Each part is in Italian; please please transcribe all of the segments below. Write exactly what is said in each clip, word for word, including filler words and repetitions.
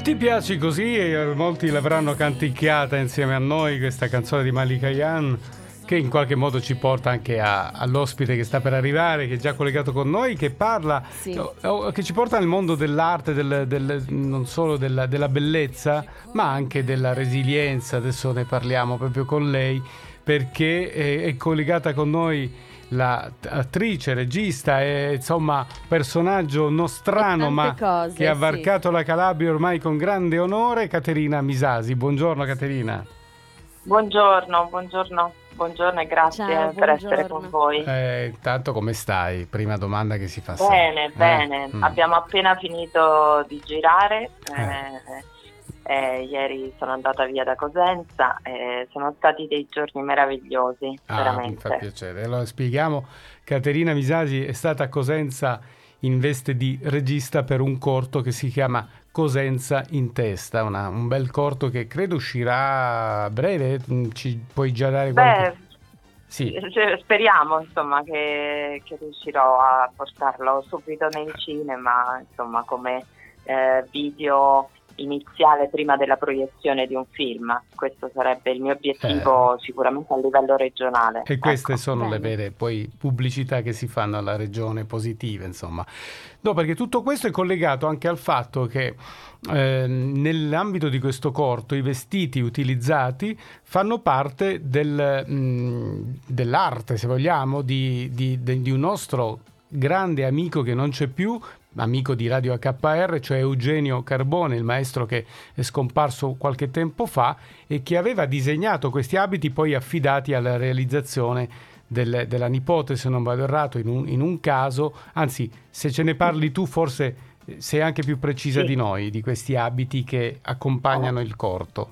Ti piaci così? E molti l'avranno canticchiata insieme a noi, questa canzone di Malika Ayane, che in qualche modo ci porta anche a, all'ospite che sta per arrivare, che è già collegato con noi, che parla, Sì. o- che ci porta nel mondo dell'arte, del, del- non solo della, della bellezza, ma anche della resilienza. Adesso ne parliamo proprio con lei, perché è, è collegata con noi l'attrice, regista e insomma personaggio nostrano, E tante ma cose, che ha sì. varcato la Calabria ormai con grande onore, Caterina Misasi. Buongiorno Caterina. Buongiorno, buongiorno, buongiorno e grazie Ciao, per essere con buongiorno. voi. Eh, intanto come stai? Prima domanda che si fa Bene, sempre. bene, Eh, mm. abbiamo appena finito di girare, Eh. eh, eh, ieri sono andata via da Cosenza, eh, sono stati dei giorni meravigliosi, Ah, mi fa veramente. piacere. Allora spieghiamo, Caterina Misasi è stata a Cosenza in veste di regista per un corto che si chiama Cosenza in testa, una- un bel corto che credo uscirà a breve. Mm, ci puoi già dare qualche... Beh, Sì. eh, speriamo insomma che, che riuscirò a portarlo subito nei cinema, insomma come eh, video iniziale prima della proiezione di un film. Questo sarebbe il mio obiettivo sicuramente a livello regionale. E queste Ecco. sono le Bene. vere poi pubblicità che si fanno alla regione, positive, insomma. No, perché tutto questo è collegato anche al fatto che eh, nell'ambito di questo corto i vestiti utilizzati fanno parte del, mh, dell'arte, se vogliamo, di, di- di- di un nostro grande amico che non c'è più, amico di Radio H R, cioè Eugenio Carbone, il maestro che è scomparso qualche tempo fa e che aveva disegnato questi abiti poi affidati alla realizzazione del- della nipote, se non vado errato, in un, in un caso. Anzi, se ce ne parli tu forse eh, sei anche più precisa Sì. di noi, di questi abiti che accompagnano il corto.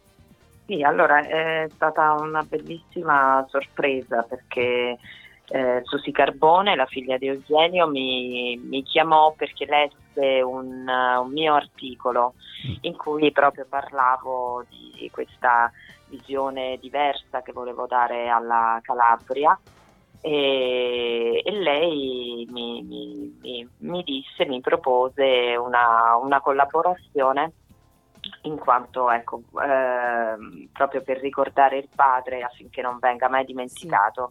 Sì, allora è stata una bellissima sorpresa perché eh, Susi Carbone, la figlia di Eugenio, mi, mi chiamò perché lesse un, eh, un mio articolo in cui proprio parlavo di questa visione diversa che volevo dare alla Calabria. E, e lei mi, mi- mi- mi disse, mi propose una, una collaborazione in quanto ecco ehm, proprio per ricordare il padre affinché non venga mai dimenticato.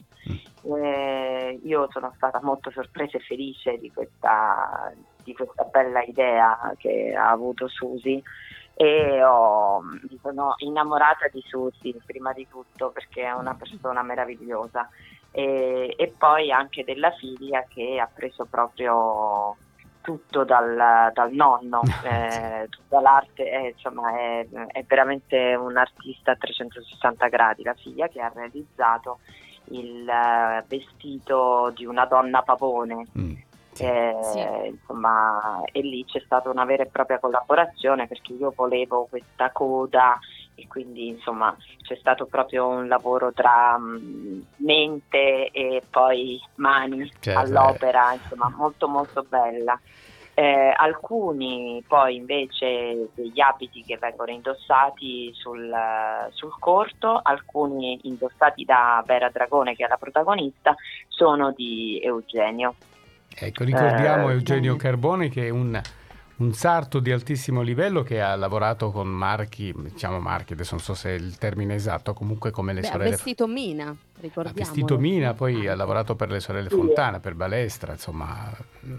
Eh, io sono stata molto sorpresa e felice di questa, di questa bella idea che ha avuto Susi e ho- mi sono innamorata di Susi prima di tutto perché è una persona meravigliosa e, e poi anche della figlia che ha preso proprio tutto dal, dal nonno, eh, tutta l'arte, eh, insomma è, è veramente un artista a trecentosessanta gradi, la figlia che ha realizzato il eh, vestito di una donna pavone. Mm. Eh, Sì. Insomma, e lì c'è stata una vera e propria collaborazione perché io volevo questa coda e quindi insomma c'è stato proprio un lavoro tra mh, mente e poi mani Certo, all'opera, insomma molto molto bella. Eh, alcuni poi invece degli abiti che vengono indossati sul, sul corto, alcuni indossati da Vera Dragone che è la protagonista, sono di Eugenio. Ecco, ricordiamo Eh, Eugenio mm. Carbone che è un, un sarto di altissimo livello che ha lavorato con marchi, diciamo marchi, adesso non so se è il termine esatto, comunque come le Beh, ha sorelle... vestito Mina, Ha ricordiamolo. vestito Mina, poi Anche. ha lavorato per le sorelle Sì. Fontana, per Balestra, insomma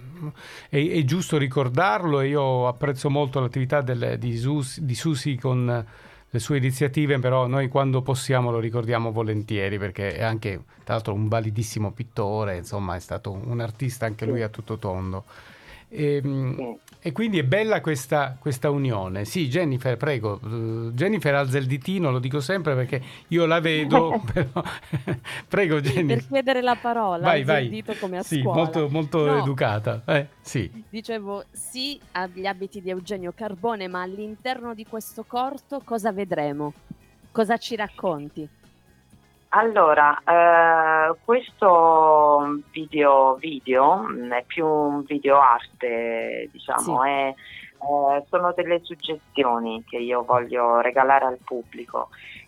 è, è giusto ricordarlo e io apprezzo molto l'attività del- di, Susi, di Susi con le sue iniziative, però noi quando possiamo lo ricordiamo volentieri perché è anche tra l'altro un validissimo pittore, insomma è stato un artista anche lui a tutto tondo. E, Sì. e quindi è bella questa, questa unione. Sì, Jennifer, prego. Uh, Jennifer alza il ditino, lo dico sempre perché io la vedo, però prego Per Jennifer. chiedere la parola, Vai, alzo il vai. dito come a Sì, scuola. molto, molto No, educata. Eh, sì. dicevo sì agli abiti di Eugenio Carbone, ma all'interno di questo corto cosa vedremo? Cosa ci racconti? Allora, eh, questo video, video mh, è più un video arte, diciamo, Sì. è, eh, sono delle suggestioni che io voglio regalare al pubblico.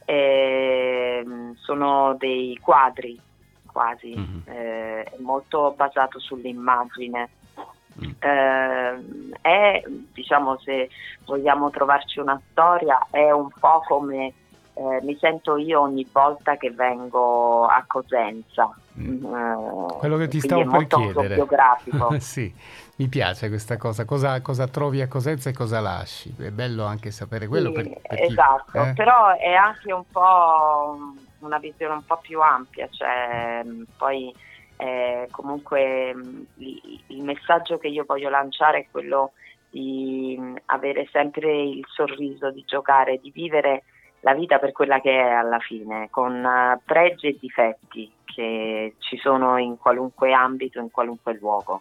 Eh, mh, sono dei quadri quasi, Mhm. eh, è molto basato sull'immagine. Mm. Eh, è, diciamo, se vogliamo trovarci una storia, è un po' come eh, mi sento io ogni volta che vengo a Cosenza. Mm. Eh, Quello che ti quindi stavo è per molto chiedere. autobiografico. Sì, mi piace questa cosa. Cosa, cosa trovi a Cosenza e cosa lasci? È bello anche sapere quello. Sì, per, per esatto, chi, eh? però è anche un po' una visione un po' più ampia, cioè poi eh, comunque il, il messaggio che io voglio lanciare è quello di avere sempre il sorriso, di giocare, di vivere la vita per quella che è alla fine, con pregi e difetti che ci sono in qualunque ambito, in qualunque luogo.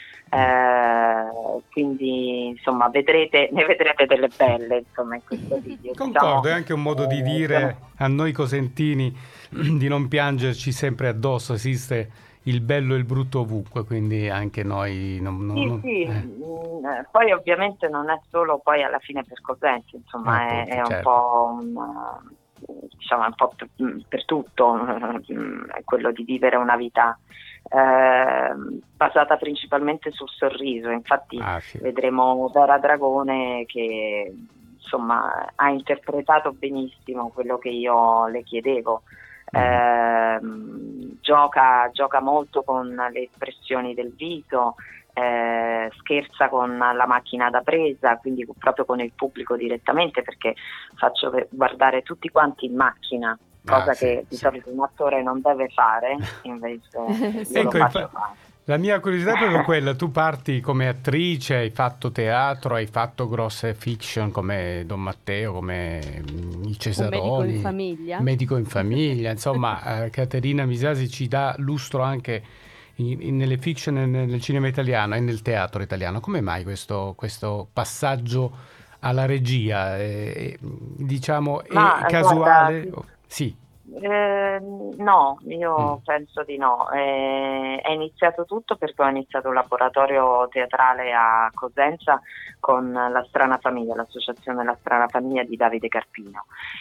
Eh, quindi insomma vedrete, ne vedrete delle belle insomma in questo video. Concordo, diciamo, è anche un modo di dire eh, a noi cosentini di non piangerci sempre addosso, esiste il bello e il brutto ovunque, quindi anche noi non, non, sì, non, sì. eh. mh, poi ovviamente non è solo poi alla fine per Cosenza, insomma Eh, è, appunto, è un certo. po' un, diciamo è un po' per, per tutto, è quello di vivere una vita eh, basata principalmente sul sorriso. Infatti Ah, sì. vedremo Vera Dragone che insomma ha interpretato benissimo quello che io le chiedevo. Eh, gioca, gioca molto con le espressioni del viso, eh, scherza con la macchina da presa, quindi proprio con il pubblico direttamente, perché faccio guardare tutti quanti in macchina, cosa Ah, sì, che di sì. solito un attore non deve fare, invece io Ecco, lo faccio infa- fare. la mia curiosità è proprio quella, tu parti come attrice, hai fatto teatro, hai fatto grosse fiction come Don Matteo, come mm, Il Cesaroni, Un medico in famiglia. Medico in famiglia, insomma, eh, Caterina Misasi ci dà lustro anche in- in- nelle fiction e nel, nel cinema italiano e nel teatro italiano. Come mai questo, questo passaggio alla regia? Eh, diciamo, Ma è eh, casuale? guarda, Sì. Eh, no, Mm. io penso di no. Eh, è iniziato tutto perché ho iniziato un laboratorio teatrale a Cosenza con La Strana Famiglia, l'associazione La Strana Famiglia di Davide Carpino.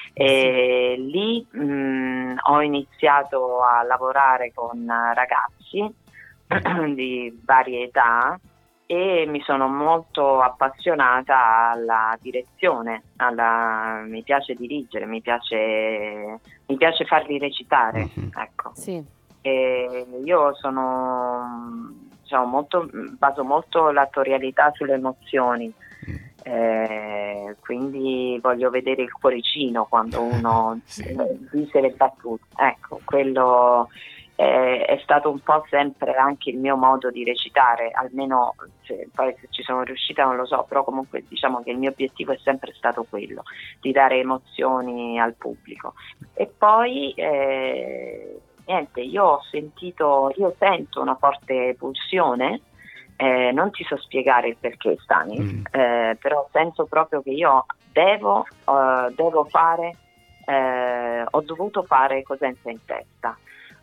E lì mh, ho iniziato a lavorare con ragazzi di varie età e mi sono molto appassionata alla direzione, alla, mi piace dirigere, mi piace, mi piace farli recitare, Mhm. ecco. Sì. E io sono, diciamo, molto, baso molto l'attorialità sulle emozioni, eh, quindi voglio vedere il cuoricino quando uno Sì. eh, dice le battute, ecco, quello eh, è stato un po' sempre anche il mio modo di recitare, almeno se, poi se ci sono riuscita non lo so, però comunque diciamo che il mio obiettivo è sempre stato quello, di dare emozioni al pubblico. E poi eh, niente, io ho sentito, io sento una forte pulsione, eh, non ti so spiegare il perché, Stani, Mm. eh, però sento proprio che io devo, eh, devo fare, eh, ho dovuto fare Cosenza in testa.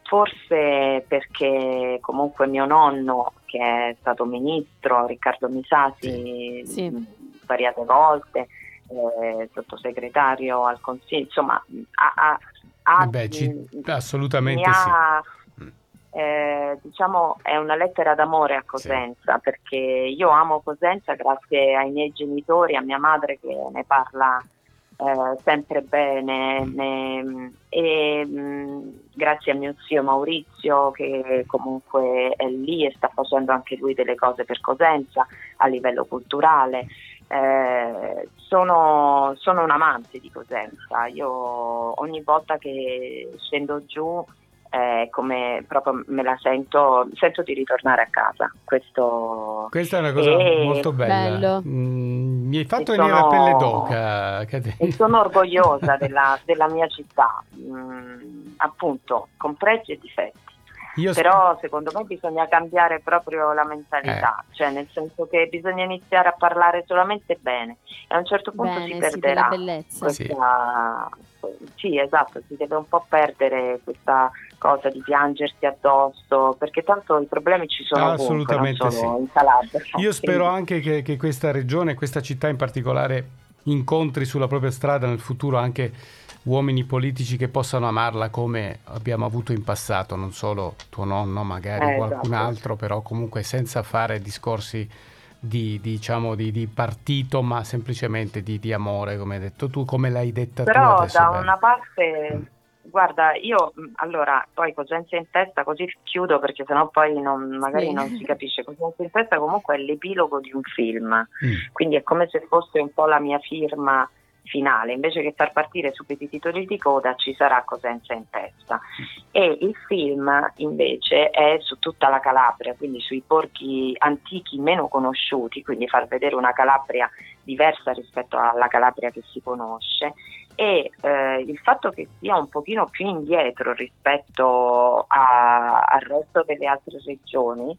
Forse perché comunque mio nonno, che è stato ministro, Riccardo Misasi, Sì. mh, svariate volte, eh, sottosegretario al Consiglio, insomma, ha, ha, ha, Eh beh, ci- mh, assolutamente mi sì. ha, Mm. eh, diciamo, è una lettera d'amore a Cosenza, perché io amo Cosenza grazie ai miei genitori, a mia madre che ne parla eh, sempre bene, ne- e mh, grazie a mio zio Maurizio che comunque è lì e sta facendo anche lui delle cose per Cosenza a livello culturale. Eh, sono, sono un amante di Cosenza, io ogni volta che scendo giù eh, come proprio me la sento, sento di ritornare a casa. Questo Questa è una cosa e- molto bella. Bello. Mm, mi hai fatto e venire la pelle sono- d'oca, e Caterina. sono orgogliosa della, della mia città, mm, appunto, con pregi e difetti. Io sp- Però secondo me bisogna cambiare proprio la mentalità, Eh. cioè nel senso che bisogna iniziare a parlare solamente bene e a un certo punto Bene, si sì, della perderà bellezza. questa, sì, esatto, si deve un po' perdere questa cosa di piangersi addosso, perché tanto i problemi ci sono ovunque, non Assolutamente solo sì. in Calabria. Io spero Quindi- anche che, che questa regione, questa città in particolare, incontri sulla propria strada nel futuro anche uomini politici che possano amarla come abbiamo avuto in passato, non solo tuo nonno, magari Eh, qualcun esatto. altro, però comunque senza fare discorsi di, diciamo, di, di partito, ma semplicemente di, di amore, come hai detto tu, come l'hai detta tu Però adesso. da bene. una parte, guarda, io mh, allora poi Cosenza in testa, così chiudo perché sennò poi non, magari Sì. non si capisce. Cosenza in testa comunque è l'epilogo di un film, Mm. quindi è come se fosse un po' la mia firma finale, invece che far partire subito i titoli di coda ci sarà Cosenza in testa. E il film invece è su tutta la Calabria, quindi sui borghi antichi meno conosciuti, quindi far vedere una Calabria diversa rispetto alla Calabria che si conosce, e eh, il fatto che sia un pochino più indietro rispetto a- al resto delle altre regioni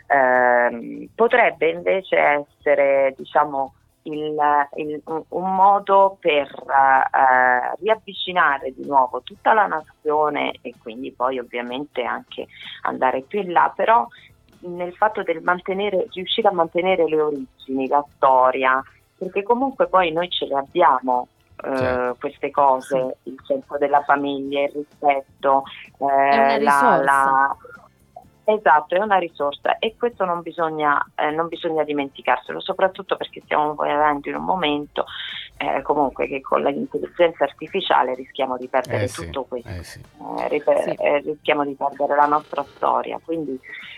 ehm, potrebbe invece essere, diciamo, il- il- un, un modo per eh, riavvicinare di nuovo tutta la nazione e quindi poi ovviamente anche andare più in là, però nel fatto del mantenere, riuscire a mantenere le origini, la storia, perché comunque poi noi ce le abbiamo eh, Certo. queste cose, il senso della famiglia, il rispetto, eh, È una la- risorsa. la- esatto, è una risorsa e questo non bisogna, eh, non bisogna dimenticarselo, soprattutto perché stiamo vivendo in un momento eh, comunque che con l'intelligenza artificiale rischiamo di perdere Eh sì, tutto questo. eh sì. Eh, ripe- Sì. eh, rischiamo di perdere la nostra storia, quindi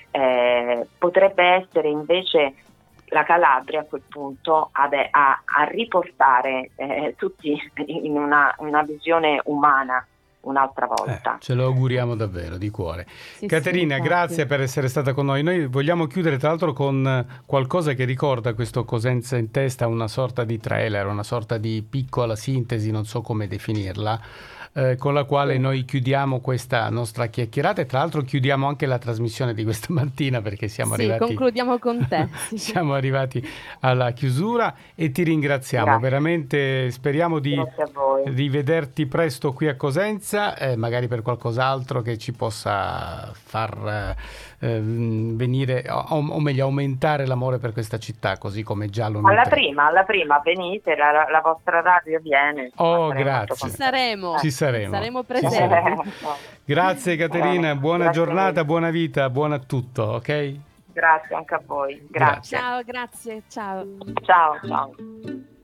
eh, potrebbe essere invece la Calabria a quel punto ad- a, a riportare eh, tutti in una, una visione umana un'altra Eh, volta. ce lo auguriamo davvero di cuore. Sì, Caterina, sì, grazie infatti. per essere stata con noi. Noi vogliamo chiudere tra l'altro con eh, qualcosa che ricorda questo Cosenza in testa, una sorta di trailer, una sorta di piccola sintesi, non so come definirla, eh, con la quale Sì. noi chiudiamo questa nostra chiacchierata e tra l'altro chiudiamo anche la trasmissione di questa mattina perché siamo Sì, arrivati concludiamo con te. Sì. siamo arrivati alla chiusura e ti ringraziamo. Grazie. Veramente speriamo di Grazie a voi. rivederti presto qui a Cosenza, eh, magari per qualcos'altro che ci possa far eh, ehm, venire, o, o meglio aumentare l'amore per questa città, così come già lo Alla nutre. prima, alla prima, venite, la, la vostra radio viene. Oh, saremo molto grazie. Ci contenti. saremo. Ci saremo. Saremo Ci presenti. saremo. Grazie Caterina, Eh, buona grazie a giornata, voi. buona vita, buona tutto, ok? Grazie anche a voi. Grazie. Ciao, grazie. Ciao. Ciao, ciao.